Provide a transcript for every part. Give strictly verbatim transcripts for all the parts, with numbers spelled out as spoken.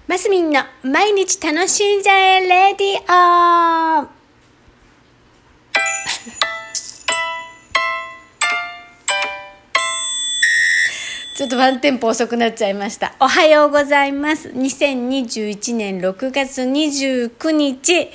マスミンの毎日楽しんじゃえレディオ。ちょっとワンテンポ遅くなっちゃいました。おはようございます。にせんにじゅういちねんろくがつにじゅうくにち、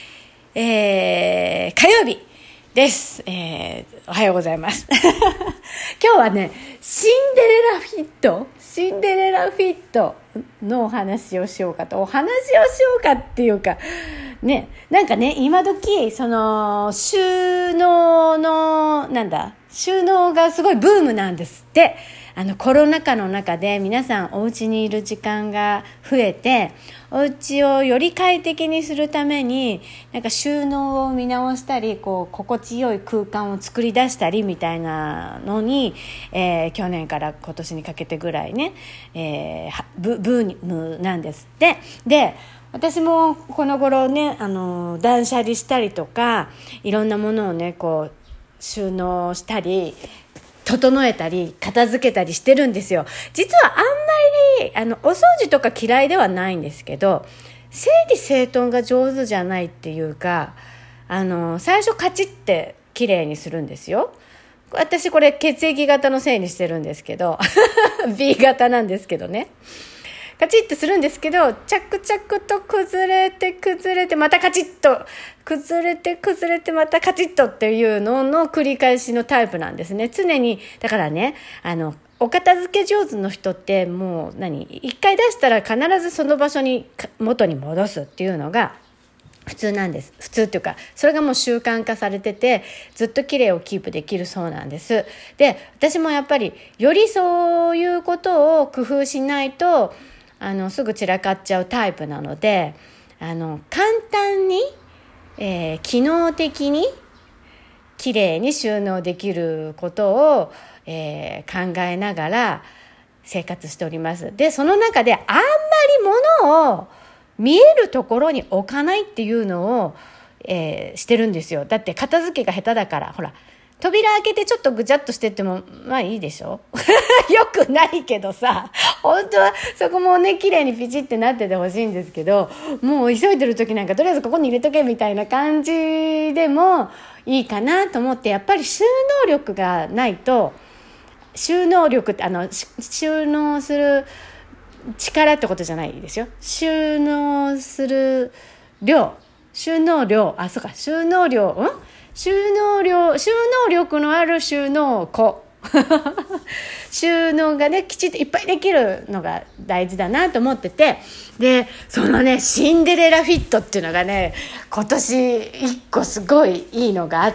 えー、火曜日です、えー、おはようございます今日はね、シンデレラフィットシンデレラフィットのお話をしようかとお話をしようかっていうかね、なんかね、今時その収納のなんだ収納がすごいブームなんですって。あのコロナ禍の中で皆さんお家にいる時間が増えて、お家をより快適にするためになんか収納を見直したり、こう心地よい空間を作り出したりみたいなのに、えー、去年から今年にかけてぐらいね、えー、ブ, ブームなんですって。で、私もこの頃ね、あの断捨離したりとか、いろんなものをねこう収納したり整えたり片付けたりしてるんですよ。実はあんまりあのお掃除とか嫌いではないんですけど、整理整頓が上手じゃないっていうか、あの最初カチッて綺麗にするんですよ。私これ血液型のせいにしてるんですけどビー 型なんですけどね、カチッとするんですけど、着々と崩れて崩れてまたカチッと崩れて崩れてまたカチッとっていうのの繰り返しのタイプなんですね。常にだからね、あのお片付け上手の人ってもう何一回出したら必ずその場所に元に戻すっていうのが普通なんです。普通っていうか、それがもう習慣化されてて、ずっと綺麗をキープできるそうなんです。で、私もやっぱりよりそういうことを工夫しないとあのすぐ散らかっちゃうタイプなので、あの簡単に、えー、機能的にきれいに収納できることを、えー、考えながら生活しております。で、その中であんまり物を見えるところに置かないっていうのを、えー、してるんですよ。だって片付けが下手だから、ほら扉開けてちょっとぐちゃっとしてってもまあいいでしょよくないけどさ、本当はそこもね綺麗にピチってなっててほしいんですけど、もう急いでる時なんかとりあえずここに入れとけみたいな感じでもいいかなと思って、やっぱり収納力がないと、収納力ってあの収納する力ってことじゃないですよ。収納する量収納量あそうか収納量ん収納量収納力のある収納庫収納がねきちっといっぱいできるのが大事だなと思ってて、でそのねシンデレラフィットっていうのがね今年一個すごいいいのがあって、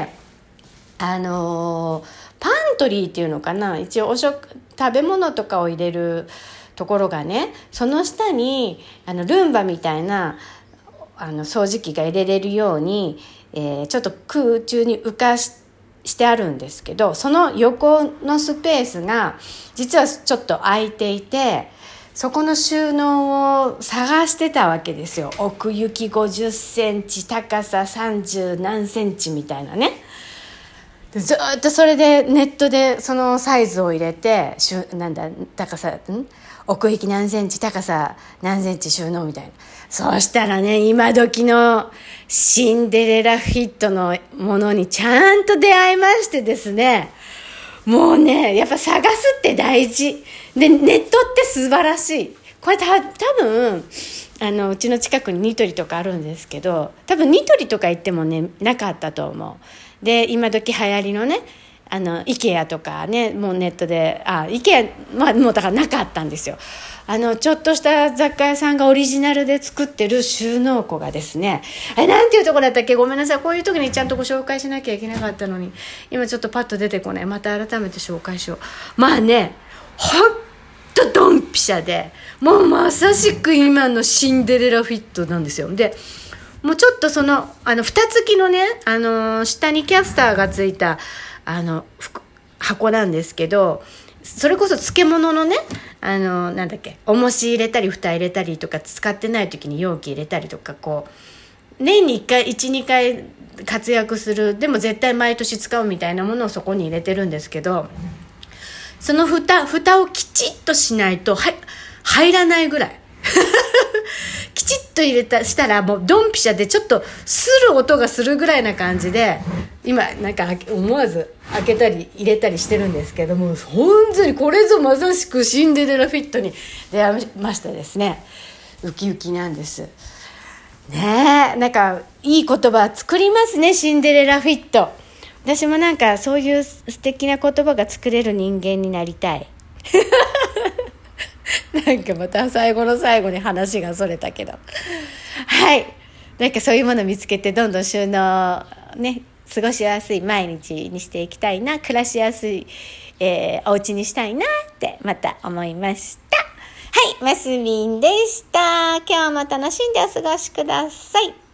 あのー、パントリーっていうのかな、一応お食食べ物とかを入れるところがね、その下にあのルンバみたいなあの掃除機が入れれるように、えー、ちょっと空中に浮かし、してあるんですけど、その横のスペースが実はちょっと空いていて、そこの収納を探してたわけですよ。奥行きごじゅっセンチ、高ささんじゅうなんセンチみたいなね。ずっとそれでネットでそのサイズを入れて、しゅなんだ高さん奥行き何センチ、高さ何センチ収納みたいな。そうしたらね、今時のシンデレラフィットのものにちゃんと出会いましてですね、もうねやっぱ探すって大事で、ネットって素晴らしい。これた多分あのうちの近くにニトリとかあるんですけど、多分ニトリとか行ってもねなかったと思う。で、今時流行りのねあの IKEA とかね、もうネットであ IKEA、まあ、もうだからなかったんですよ。あのちょっとした雑貨屋さんがオリジナルで作ってる収納庫がですね、あれなんていうところだったっけ、ごめんなさい、こういう時にちゃんとご紹介しなきゃいけなかったのに今ちょっとパッと出てこない。また改めて紹介しよう。まあね、ほんとドンピシャで、もうまさしく今のシンデレラフィットなんですよ。でもうちょっとそのあの蓋付きのね、あの下にキャスターがついたあの箱なんですけど、それこそ漬物のね、あのなんだっけ、重し入れたり蓋入れたりとか、使ってない時に容器入れたりとか、こう年にいっかい いちにかい活躍する、でも絶対毎年使うみたいなものをそこに入れてるんですけど、その蓋蓋をきちっとしないとは入らないぐらいきちっと入れたしたらもうドンピシャでちょっとする音がするぐらいな感じで今なんか思わず開けたり入れたりしてるんですけども、本当にこれぞまさしくシンデレラフィットに出会いましてですね、ウキウキなんですね。えなんかいい言葉作りますね、シンデレラフィット。私もなんかそういう素敵な言葉が作れる人間になりたいなんかまた最後の最後に話がそれたけど、はい、なんかそういうものを見つけてどんどん収納ね過ごしやすい毎日にしていきたいな、暮らしやすい、えー、お家にしたいなってまた思いました。はい、マスミンでした。今日も楽しんでお過ごしください。